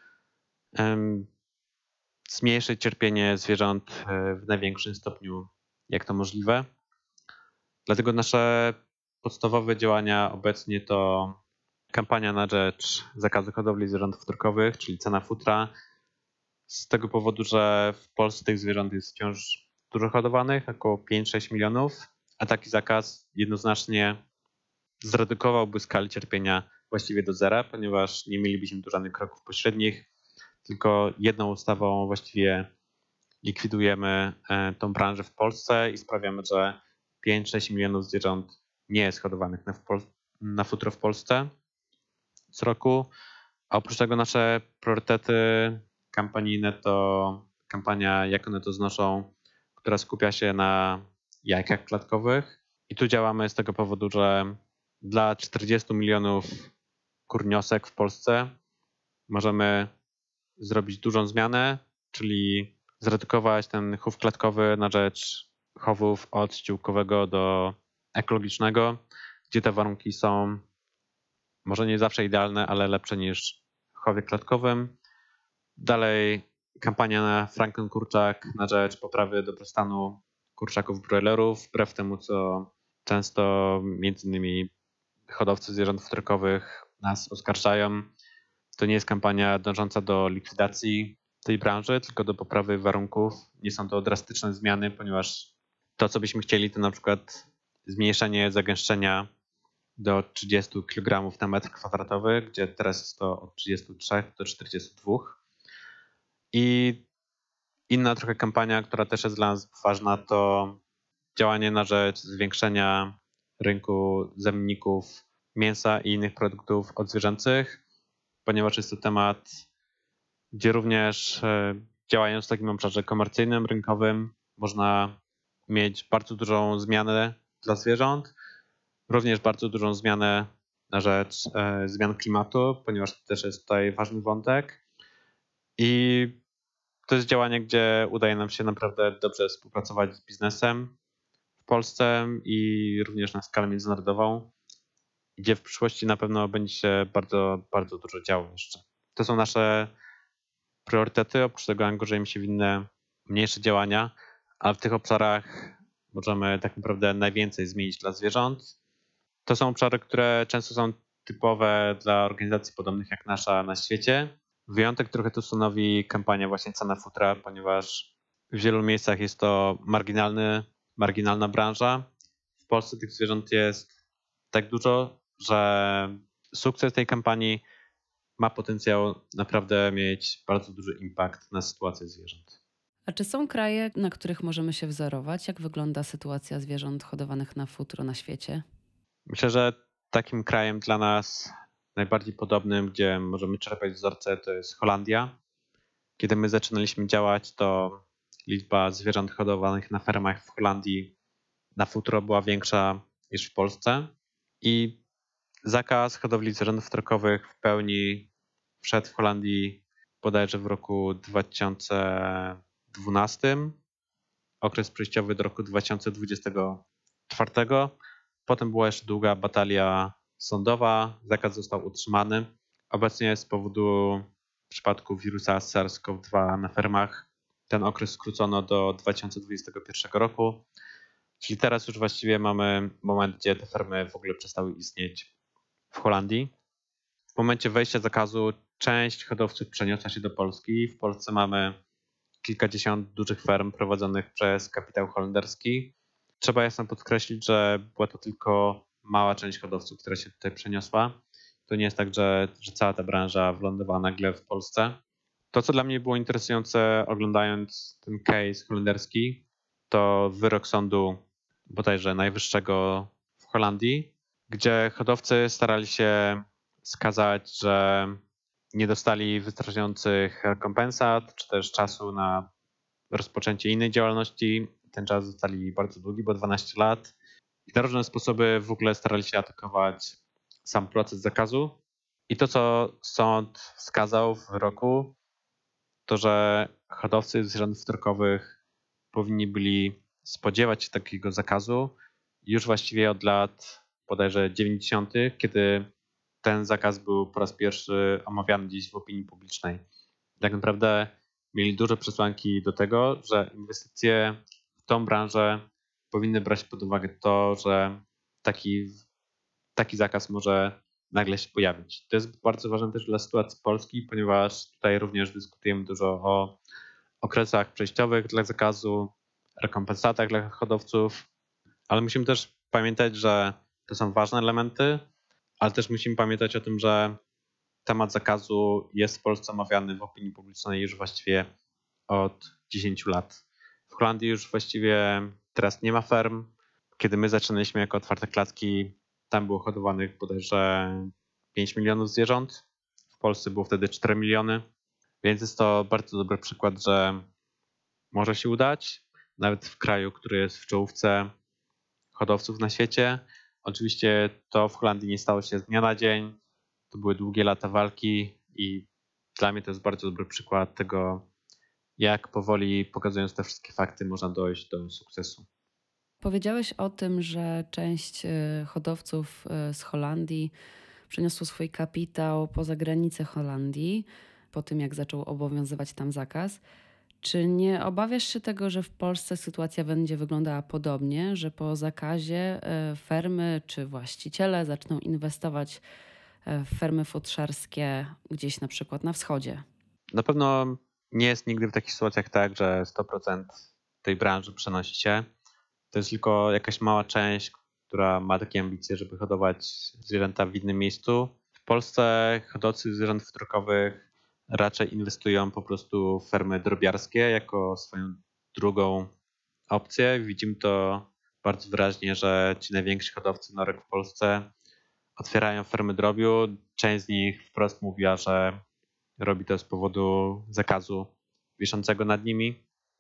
S2: zmniejszyć cierpienie zwierząt w największym stopniu, jak to możliwe. Dlatego nasze podstawowe działania obecnie to kampania na rzecz zakazu hodowli zwierząt futerkowych, czyli cena futra. Z tego powodu, że w Polsce tych zwierząt jest wciąż dużo hodowanych, około 5-6 milionów, a taki zakaz jednoznacznie zredukowałby skalę cierpienia właściwie do zera, ponieważ nie mielibyśmy tu żadnych kroków pośrednich, tylko jedną ustawą właściwie likwidujemy tą branżę w Polsce i sprawiamy, że 5-6 milionów zwierząt nie jest hodowanych na futro w Polsce co roku. A oprócz tego nasze priorytety kampanijne to kampania Jak one to znoszą, która skupia się na jajkach klatkowych. I tu działamy z tego powodu, że dla 40 milionów kurniosek w Polsce możemy zrobić dużą zmianę, czyli zredukować ten chów klatkowy na rzecz chowów od ściółkowego do ekologicznego, gdzie te warunki są może nie zawsze idealne, ale lepsze niż w chowie klatkowym. Dalej kampania na Frankenkurczak na rzecz poprawy dobrostanu kurczaków broilerów, wbrew temu, co często między innymi hodowcy zwierząt futerkowych nas oskarżają. To nie jest kampania dążąca do likwidacji tej branży, tylko do poprawy warunków. Nie są to drastyczne zmiany, ponieważ to, co byśmy chcieli, to na przykład zmniejszenie zagęszczenia do 30 kg na metr kwadratowy, gdzie teraz jest to od 33 do 42. I inna trochę kampania, która też jest dla nas ważna, to działanie na rzecz zwiększenia rynku zamienników mięsa i innych produktów odzwierzęcych, ponieważ jest to temat, gdzie również działając w takim obszarze komercyjnym, rynkowym, można mieć bardzo dużą zmianę dla zwierząt, również bardzo dużą zmianę na rzecz zmian klimatu, ponieważ to też jest tutaj ważny wątek. I to jest działanie, gdzie udaje nam się naprawdę dobrze współpracować z biznesem w Polsce i również na skalę międzynarodową, gdzie w przyszłości na pewno będzie się bardzo, bardzo dużo działo jeszcze. To są nasze priorytety, oprócz tego angażujemy się w inne mniejsze działania, ale w tych obszarach możemy tak naprawdę najwięcej zmienić dla zwierząt. To są obszary, które często są typowe dla organizacji podobnych jak nasza na świecie. Wyjątek trochę tu stanowi kampania właśnie Cena futra, ponieważ w wielu miejscach jest to marginalna branża. W Polsce tych zwierząt jest tak dużo, że sukces tej kampanii ma potencjał naprawdę mieć bardzo duży impact na sytuację zwierząt.
S1: A czy są kraje, na których możemy się wzorować? Jak wygląda sytuacja zwierząt hodowanych na futro na świecie?
S2: Myślę, że takim krajem dla nas najbardziej podobnym, gdzie możemy czerpać wzorce, to jest Holandia. Kiedy my zaczynaliśmy działać, to liczba zwierząt hodowanych na fermach w Holandii na futro była większa niż w Polsce i zakaz hodowli zwierząt futerkowych w pełni wszedł w Holandii bodajże w roku 2012, okres przejściowy do roku 2024. Potem była jeszcze długa batalia sądowa, zakaz został utrzymany. Obecnie z powodu przypadku wirusa SARS-CoV-2 na fermach ten okres skrócono do 2021 roku, czyli teraz już właściwie mamy moment, gdzie te fermy w ogóle przestały istnieć w Holandii. W momencie wejścia zakazu część hodowców przeniosła się do Polski. W Polsce mamy kilkadziesiąt dużych ferm prowadzonych przez kapitał holenderski. Trzeba jasno podkreślić, że była to tylko mała część hodowców, która się tutaj przeniosła. To nie jest tak, że cała ta branża wylądowała nagle w Polsce. To, co dla mnie było interesujące oglądając ten case holenderski, to wyrok sądu bodajże najwyższego w Holandii, gdzie hodowcy starali się skazać, że nie dostali wystarczających rekompensat, czy też czasu na rozpoczęcie innej działalności. Ten czas zostali bardzo długi, bo 12 lat. I na różne sposoby w ogóle starali się atakować sam proces zakazu. I to, co sąd wskazał w wyroku, to, że hodowcy zwierząt futerkowych powinni byli spodziewać się takiego zakazu już właściwie od lat bodajże 90., kiedy ten zakaz był po raz pierwszy omawiany gdzieś w opinii publicznej. Tak naprawdę mieli duże przesłanki do tego, że inwestycje w tą branżę powinny brać pod uwagę to, że taki zakaz może nagle się pojawić. To jest bardzo ważne też dla sytuacji Polski, ponieważ tutaj również dyskutujemy dużo o okresach przejściowych dla zakazu, rekompensatach dla hodowców, ale musimy też pamiętać, że to są ważne elementy, ale też musimy pamiętać o tym, że temat zakazu jest w Polsce omawiany w opinii publicznej już właściwie od 10 lat. W Holandii już właściwie teraz nie ma ferm. Kiedy my zaczynaliśmy jako otwarte klatki, tam było hodowanych bodajże 5 milionów zwierząt. W Polsce było wtedy 4 miliony, więc jest to bardzo dobry przykład, że może się udać, nawet w kraju, który jest w czołówce hodowców na świecie. Oczywiście to w Holandii nie stało się z dnia na dzień. To były długie lata walki i dla mnie to jest bardzo dobry przykład tego, jak powoli, pokazując te wszystkie fakty, można dojść do sukcesu.
S1: Powiedziałeś o tym, że część hodowców z Holandii przeniosło swój kapitał poza granice Holandii po tym, jak zaczął obowiązywać tam zakaz. Czy nie obawiasz się tego, że w Polsce sytuacja będzie wyglądała podobnie, że po zakazie fermy czy właściciele zaczną inwestować w fermy futrzarskie gdzieś na przykład na wschodzie?
S2: Na pewno nie jest nigdy w takich sytuacjach tak, że 100% tej branży przenosi się. To jest tylko jakaś mała część, która ma takie ambicje, żeby hodować zwierzęta w innym miejscu. W Polsce hodowcy zwierząt futerkowych raczej inwestują po prostu w fermy drobiarskie jako swoją drugą opcję. Widzimy to bardzo wyraźnie, że ci najwięksi hodowcy norek w Polsce otwierają fermy drobiu. Część z nich wprost mówiła, że robi to z powodu zakazu wiszącego nad nimi,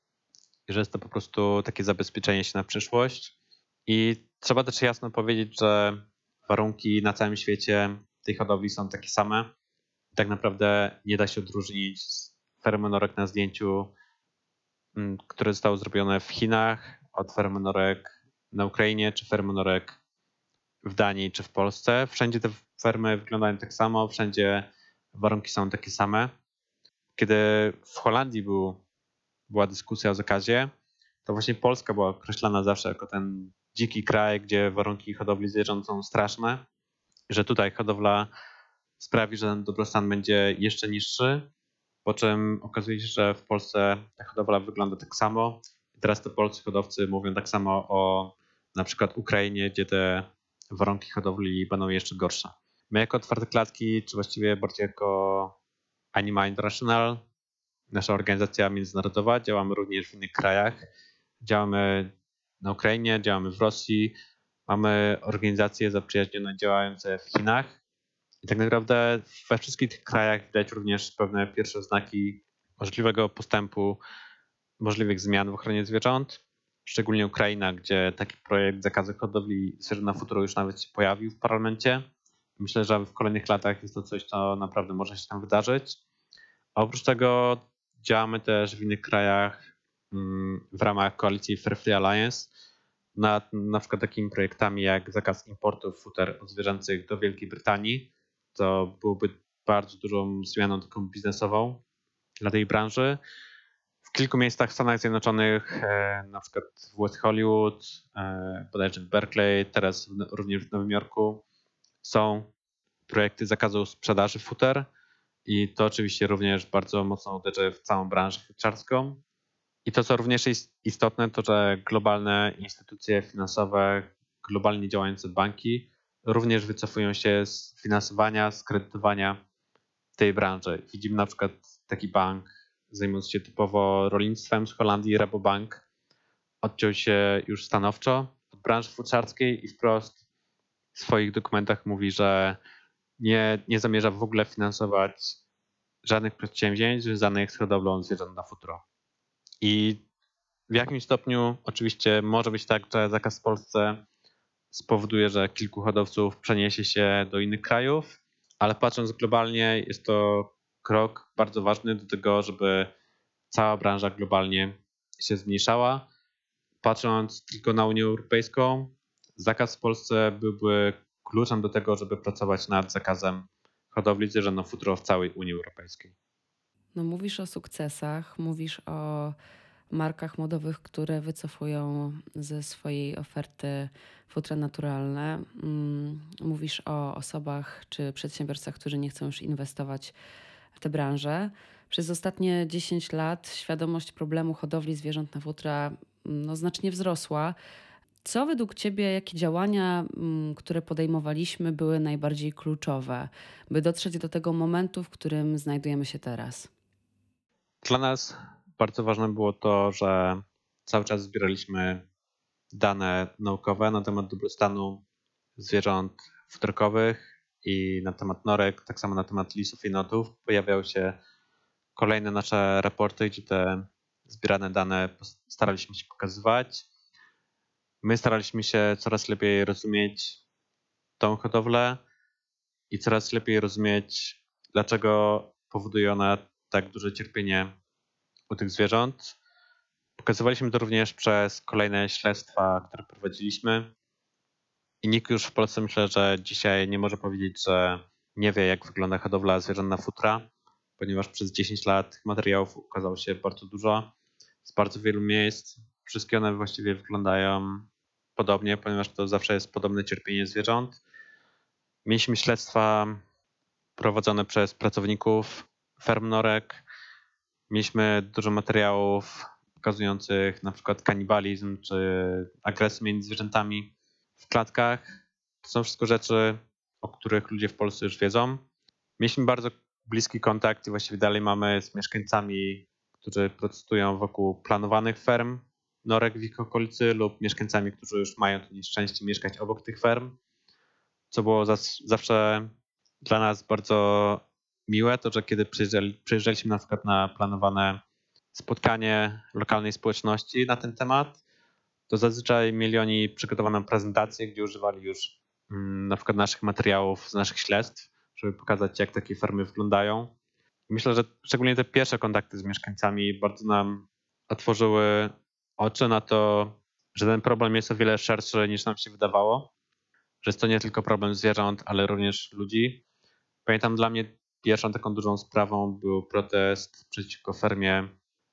S2: że jest to po prostu takie zabezpieczenie się na przyszłość. I trzeba też jasno powiedzieć, że warunki na całym świecie tej hodowli są takie same. Tak naprawdę nie da się odróżnić fermy norek na zdjęciu, które zostało zrobione w Chinach, od fermy norek na Ukrainie, czy fermy norek w Danii, czy w Polsce. Wszędzie te fermy wyglądają tak samo, wszędzie warunki są takie same. Kiedy w Holandii była dyskusja o zakazie, to właśnie Polska była określana zawsze jako ten dziki kraj, gdzie warunki hodowli zwierząt są straszne, że tutaj hodowla sprawi, że ten dobrostan będzie jeszcze niższy, po czym okazuje się, że w Polsce ta hodowla wygląda tak samo. I teraz to polscy hodowcy mówią tak samo o na przykład Ukrainie, gdzie te warunki hodowli będą jeszcze gorsze. My jako otwarte klatki, czy właściwie bardziej jako Anima International, nasza organizacja międzynarodowa, działamy również w innych krajach. Działamy na Ukrainie, działamy w Rosji, mamy organizacje zaprzyjaźnione działające w Chinach. I tak naprawdę we wszystkich tych krajach widać również pewne pierwsze znaki możliwego postępu, możliwych zmian w ochronie zwierząt. Szczególnie Ukraina, gdzie taki projekt zakazu hodowli zwierząt na futro już nawet się pojawił w parlamencie. Myślę, że w kolejnych latach jest to coś, co naprawdę może się tam wydarzyć. A oprócz tego działamy też w innych krajach w ramach koalicji Fair Free Alliance nad na przykład takimi projektami jak zakaz importu futer odzwierzęcych do Wielkiej Brytanii. To byłoby bardzo dużą zmianą taką biznesową dla tej branży. W kilku miejscach w Stanach Zjednoczonych, na przykład w West Hollywood, bodajże w Berkeley, teraz również w Nowym Jorku, są projekty zakazu sprzedaży futer i to oczywiście również bardzo mocno uderzy w całą branżę futrzarską. I to, co również jest istotne, to że globalne instytucje finansowe, globalnie działające banki również wycofują się z finansowania, z kredytowania tej branży. Widzimy na przykład taki bank zajmujący się typowo rolnictwem z Holandii, Rabobank, odciął się już stanowczo od branży futrzarskiej i wprost w swoich dokumentach mówi, że nie zamierza w ogóle finansować żadnych przedsięwzięć związanych z hodowlą zwierząt na futro. I w jakimś stopniu oczywiście może być tak, że zakaz w Polsce spowoduje, że kilku hodowców przeniesie się do innych krajów, ale patrząc globalnie jest to krok bardzo ważny do tego, żeby cała branża globalnie się zmniejszała. Patrząc tylko na Unię Europejską, zakaz w Polsce byłby kluczem do tego, żeby pracować nad zakazem hodowli zwierząt na futro w całej Unii Europejskiej.
S1: No mówisz o sukcesach, mówisz o markach modowych, które wycofują ze swojej oferty futra naturalne. Mówisz o osobach czy przedsiębiorcach, którzy nie chcą już inwestować w tę branżę. Przez ostatnie 10 lat świadomość problemu hodowli zwierząt na futra znacznie wzrosła. Co według Ciebie, jakie działania, które podejmowaliśmy, były najbardziej kluczowe, by dotrzeć do tego momentu, w którym znajdujemy się teraz?
S2: Dla nas bardzo ważne było to, że cały czas zbieraliśmy dane naukowe na temat dobrostanu zwierząt futerkowych i na temat norek, tak samo na temat lisów i notów. Pojawiały się kolejne nasze raporty, gdzie te zbierane dane staraliśmy się pokazywać. My staraliśmy się coraz lepiej rozumieć tą hodowlę i coraz lepiej rozumieć, dlaczego powoduje ona tak duże cierpienie u tych zwierząt. Pokazywaliśmy to również przez kolejne śledztwa, które prowadziliśmy. I nikt już w Polsce, myślę, że dzisiaj nie może powiedzieć, że nie wie, jak wygląda hodowla zwierząt na futra, ponieważ przez 10 lat tych materiałów ukazało się bardzo dużo z bardzo wielu miejsc. Wszystkie one właściwie wyglądają podobnie, ponieważ to zawsze jest podobne cierpienie zwierząt. Mieliśmy śledztwa prowadzone przez pracowników ferm norek. Mieliśmy dużo materiałów pokazujących na przykład kanibalizm czy agresję między zwierzętami w klatkach. To są wszystko rzeczy, o których ludzie w Polsce już wiedzą. Mieliśmy bardzo bliski kontakt i właściwie dalej mamy z mieszkańcami, którzy protestują wokół planowanych ferm norek w ich okolicy lub mieszkańcami, którzy już mają to nieszczęście mieszkać obok tych ferm. Co było zawsze dla nas bardzo miłe, to że kiedy przyjeżdżaliśmy na przykład na planowane spotkanie lokalnej społeczności na ten temat, to zazwyczaj mieli oni przygotowaną prezentację, gdzie używali już na przykład naszych materiałów z naszych śledztw, żeby pokazać, jak takie fermy wyglądają. Myślę, że szczególnie te pierwsze kontakty z mieszkańcami bardzo nam otworzyły oczy na to, że ten problem jest o wiele szerszy niż nam się wydawało, że jest to nie tylko problem zwierząt, ale również ludzi. Pamiętam, dla mnie pierwszą taką dużą sprawą był protest przeciwko fermie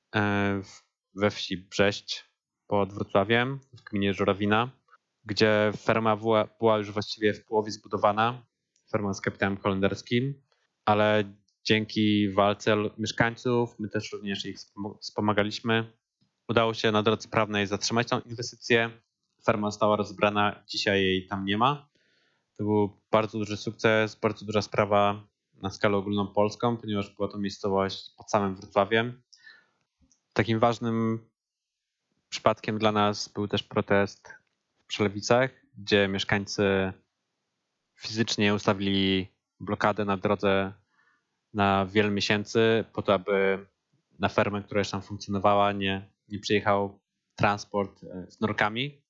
S2: we wsi Brześć pod Wrocławiem w gminie Żurawina, gdzie ferma była już właściwie w połowie zbudowana, ferma z kapitałem holenderskim, ale dzięki walce mieszkańców, my też również ich wspomagaliśmy, udało się na drodze prawnej zatrzymać tę inwestycję. Ferma została rozbrana, dzisiaj jej tam nie ma. To był bardzo duży sukces, bardzo duża sprawa na skalę ogólnopolską, ponieważ była to miejscowość pod samym Wrocławiem. Takim ważnym przypadkiem dla nas był też protest w Przelewicach, gdzie mieszkańcy fizycznie ustawili blokadę na drodze na wiele miesięcy po to, aby na fermę, która jeszcze tam funkcjonowała, nie przyjechał transport z norkami.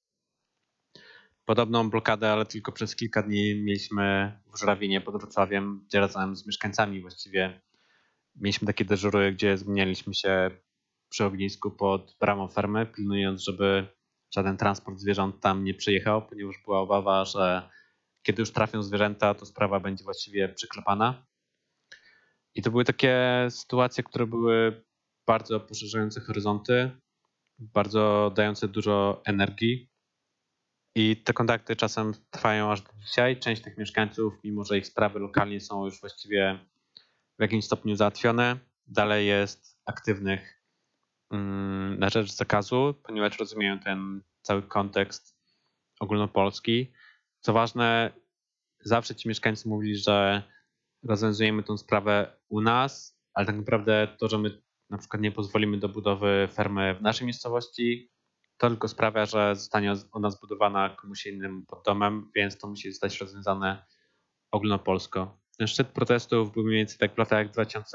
S2: Podobną blokadę, ale tylko przez kilka dni mieliśmy w Żurawinie pod Wrocławiem, gdzie razem z mieszkańcami właściwie mieliśmy takie dyżury, gdzie zmienialiśmy się przy ognisku pod bramą fermy, pilnując, żeby żaden transport zwierząt tam nie przyjechał, ponieważ była obawa, że kiedy już trafią zwierzęta, to sprawa będzie właściwie przyklepana. I to były takie sytuacje, które były bardzo poszerzające horyzonty, bardzo dające dużo energii. I te kontakty czasem trwają aż do dzisiaj. Część tych mieszkańców, mimo że ich sprawy lokalnie są już właściwie w jakimś stopniu załatwione, dalej jest aktywnych na rzecz zakazu, ponieważ rozumieją ten cały kontekst ogólnopolski. Co ważne, zawsze ci mieszkańcy mówili, że rozwiązujemy tę sprawę u nas, ale tak naprawdę to, że my na przykład nie pozwolimy do budowy fermy w naszej miejscowości, to tylko sprawia, że zostanie ona zbudowana komuś innym pod domem, więc to musi zostać rozwiązane ogólnopolsko. Ten szczyt protestów był mniej więcej tak w latach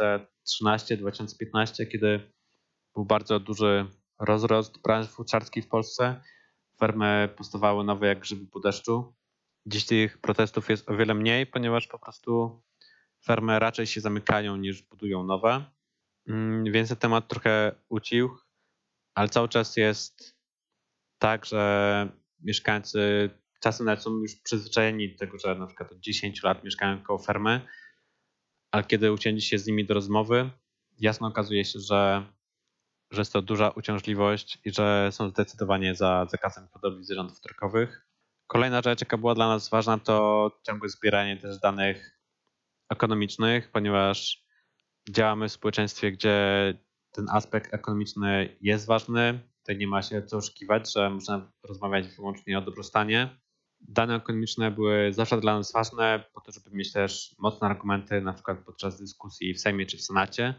S2: 2013-2015, kiedy był bardzo duży rozrost branży futrzarskiej w Polsce. Fermy powstawały nowe jak grzyby po deszczu. Dziś tych protestów jest o wiele mniej, ponieważ po prostu fermy raczej się zamykają niż budują nowe. Więc ten temat trochę ucichł, ale cały czas jest tak, że mieszkańcy czasem nawet są już przyzwyczajeni do tego, że na przykład od 10 lat mieszkają koło fermy, ale kiedy usiądzie się z nimi do rozmowy, jasno okazuje się, że jest to duża uciążliwość i że są zdecydowanie za zakazem hodowli zwierząt futerkowych. Kolejna rzecz, jaka była dla nas ważna, to ciągłe zbieranie też danych ekonomicznych, ponieważ działamy w społeczeństwie, gdzie ten aspekt ekonomiczny jest ważny. Tutaj nie ma się co oszukiwać, że można rozmawiać wyłącznie o dobrostanie. Dane ekonomiczne były zawsze dla nas ważne, po to, żeby mieć też mocne argumenty, na przykład podczas dyskusji w Sejmie czy w Senacie.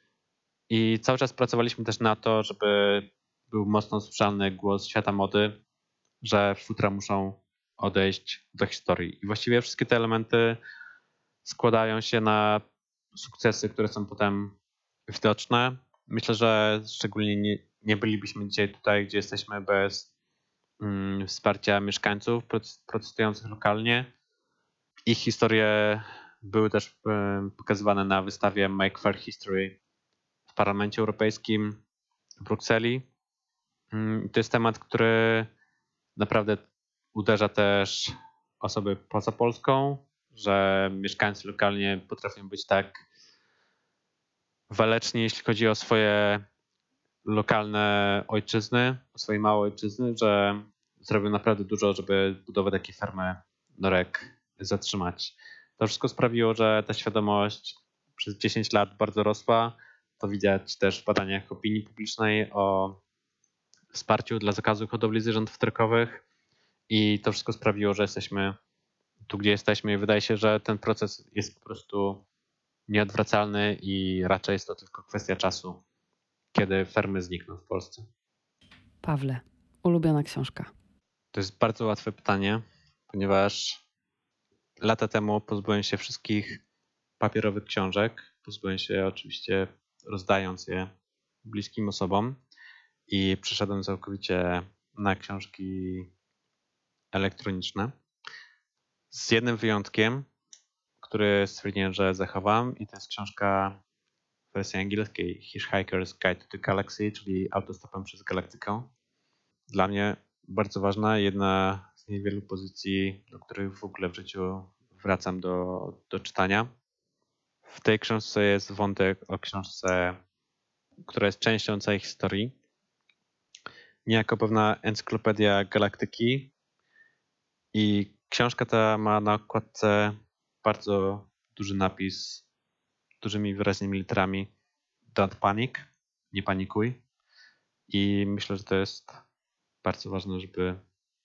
S2: I cały czas pracowaliśmy też na to, żeby był mocno słyszalny głos świata mody, że futra muszą odejść do historii. I właściwie wszystkie te elementy składają się na sukcesy, które są potem widoczne. Myślę, że szczególnie nie bylibyśmy dzisiaj tutaj, gdzie jesteśmy bez wsparcia mieszkańców protestujących lokalnie. Ich historie były też pokazywane na wystawie Make Fair History w Parlamencie Europejskim w Brukseli. To jest temat, który naprawdę uderza też osoby poza Polską, że mieszkańcy lokalnie potrafią być tak waleczni, jeśli chodzi o swoje lokalne ojczyzny, o swoje małe ojczyzny, że zrobią naprawdę dużo, żeby budowę takiej fermy norek zatrzymać. To wszystko sprawiło, że ta świadomość przez 10 lat bardzo rosła. To widać też w badaniach opinii publicznej o wsparciu dla zakazu hodowli zwierząt futerkowych i to wszystko sprawiło, że jesteśmy tu, gdzie jesteśmy i wydaje się, że ten proces jest po prostu nieodwracalny i raczej jest to tylko kwestia czasu, kiedy fermy znikną w Polsce.
S1: Pawle, ulubiona książka.
S2: To jest bardzo łatwe pytanie, ponieważ lata temu pozbyłem się wszystkich papierowych książek. Pozbyłem się oczywiście rozdając je bliskim osobom i przeszedłem całkowicie na książki elektroniczne. Z jednym wyjątkiem, który stwierdziłem, że zachowam i to jest książka w wersji angielskiej Hitchhiker's Guide to the Galaxy, czyli Autostopem przez Galaktykę. Dla mnie bardzo ważna, jedna z niewielu pozycji, do których w ogóle w życiu wracam do czytania. W tej książce jest wątek o książce, która jest częścią całej historii. Niejako pewna encyklopedia galaktyki i książka ta ma na okładce bardzo duży napis dużymi wyraźnymi literami Don't panic, nie panikuj. I myślę, że to jest bardzo ważne, żeby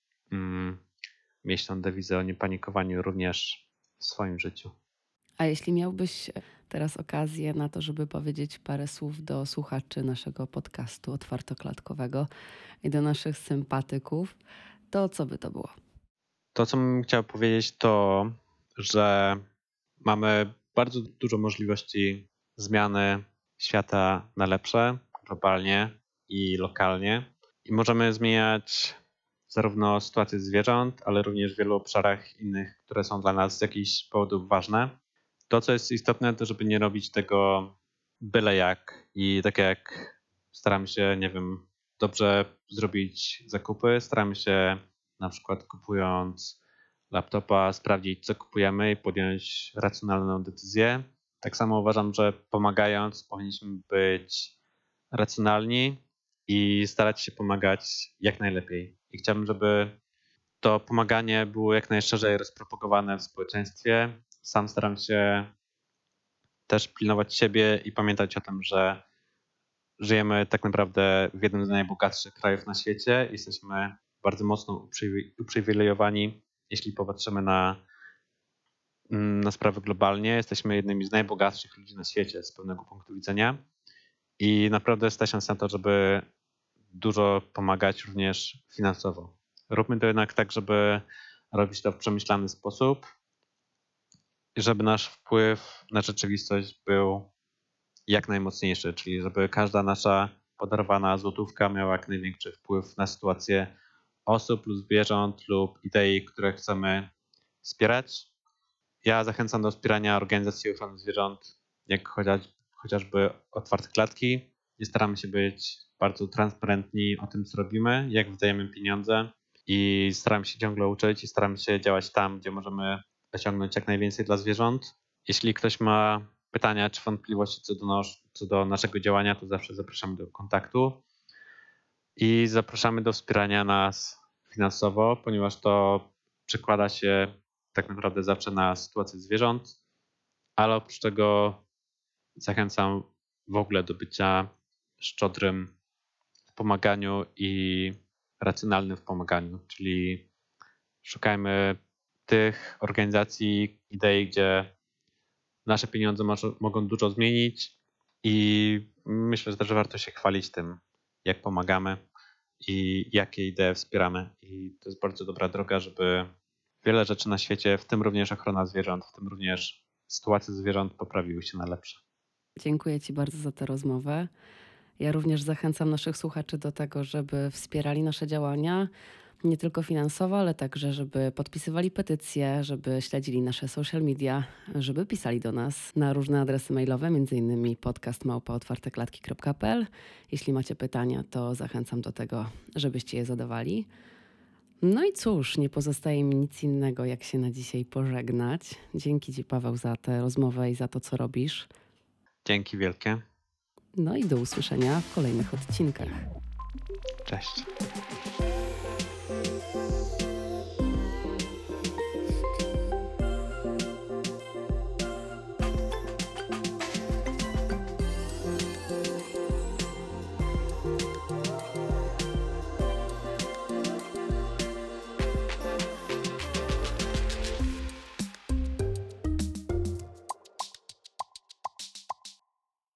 S2: mieć tę dewizę o niepanikowaniu również w swoim życiu.
S1: A jeśli miałbyś teraz okazję na to, żeby powiedzieć parę słów do słuchaczy naszego podcastu otwartoklatkowego i do naszych sympatyków, to co by to było?
S2: To, co bym chciał powiedzieć, to, że mamy bardzo dużo możliwości zmiany świata na lepsze, globalnie i lokalnie. I możemy zmieniać zarówno sytuację zwierząt, ale również w wielu obszarach innych, które są dla nas z jakichś powodów ważne. To, co jest istotne, to żeby nie robić tego byle jak i tak jak staramy się, nie wiem, dobrze zrobić zakupy, staramy się na przykład kupując laptopa sprawdzić, co kupujemy i podjąć racjonalną decyzję. Tak samo uważam, że pomagając powinniśmy być racjonalni i starać się pomagać jak najlepiej. I chciałbym, żeby to pomaganie było jak najszerzej rozpropagowane w społeczeństwie. Sam staram się też pilnować siebie i pamiętać o tym, że żyjemy tak naprawdę w jednym z najbogatszych krajów na świecie. Jesteśmy bardzo mocno uprzywilejowani, jeśli popatrzymy na sprawy globalnie. Jesteśmy jednymi z najbogatszych ludzi na świecie z pewnego punktu widzenia i naprawdę stać nas na to, żeby dużo pomagać również finansowo. Róbmy to jednak tak, żeby robić to w przemyślany sposób i żeby nasz wpływ na rzeczywistość był jak najmocniejszy, czyli żeby każda nasza podarowana złotówka miała jak największy wpływ na sytuację osób lub zwierząt lub idei, które chcemy wspierać. Ja zachęcam do wspierania organizacji ochrony zwierząt, jak chociażby Otwarte Klatki, gdzie staramy się być bardzo transparentni o tym, co robimy, jak wydajemy pieniądze i staramy się ciągle uczyć i staramy się działać tam, gdzie możemy osiągnąć jak najwięcej dla zwierząt. Jeśli ktoś ma pytania czy wątpliwości co do naszego działania, to zawsze zapraszamy do kontaktu i zapraszamy do wspierania nas finansowo, ponieważ to przekłada się tak naprawdę zawsze na sytuację zwierząt, ale oprócz tego zachęcam w ogóle do bycia szczodrym w pomaganiu i racjonalnym w pomaganiu, czyli szukajmy tych organizacji, idei, gdzie nasze pieniądze mogą dużo zmienić i myślę, że też warto się chwalić tym, jak pomagamy i jakie idee wspieramy. I to jest bardzo dobra droga, żeby wiele rzeczy na świecie, w tym również ochrona zwierząt, w tym również sytuacja zwierząt poprawiły się na lepsze.
S1: Dziękuję Ci bardzo za tę rozmowę. Ja również zachęcam naszych słuchaczy do tego, żeby wspierali nasze działania, nie tylko finansowo, ale także, żeby podpisywali petycje, żeby śledzili nasze social media, żeby pisali do nas na różne adresy mailowe, m.in. podcast@otwarteklatki.pl. Jeśli macie pytania, to zachęcam do tego, żebyście je zadawali. No i cóż, nie pozostaje mi nic innego, jak się na dzisiaj pożegnać. Dzięki Ci, Paweł, za tę rozmowę i za to, co robisz.
S2: Dzięki wielkie.
S1: No i do usłyszenia w kolejnych odcinkach.
S2: Cześć.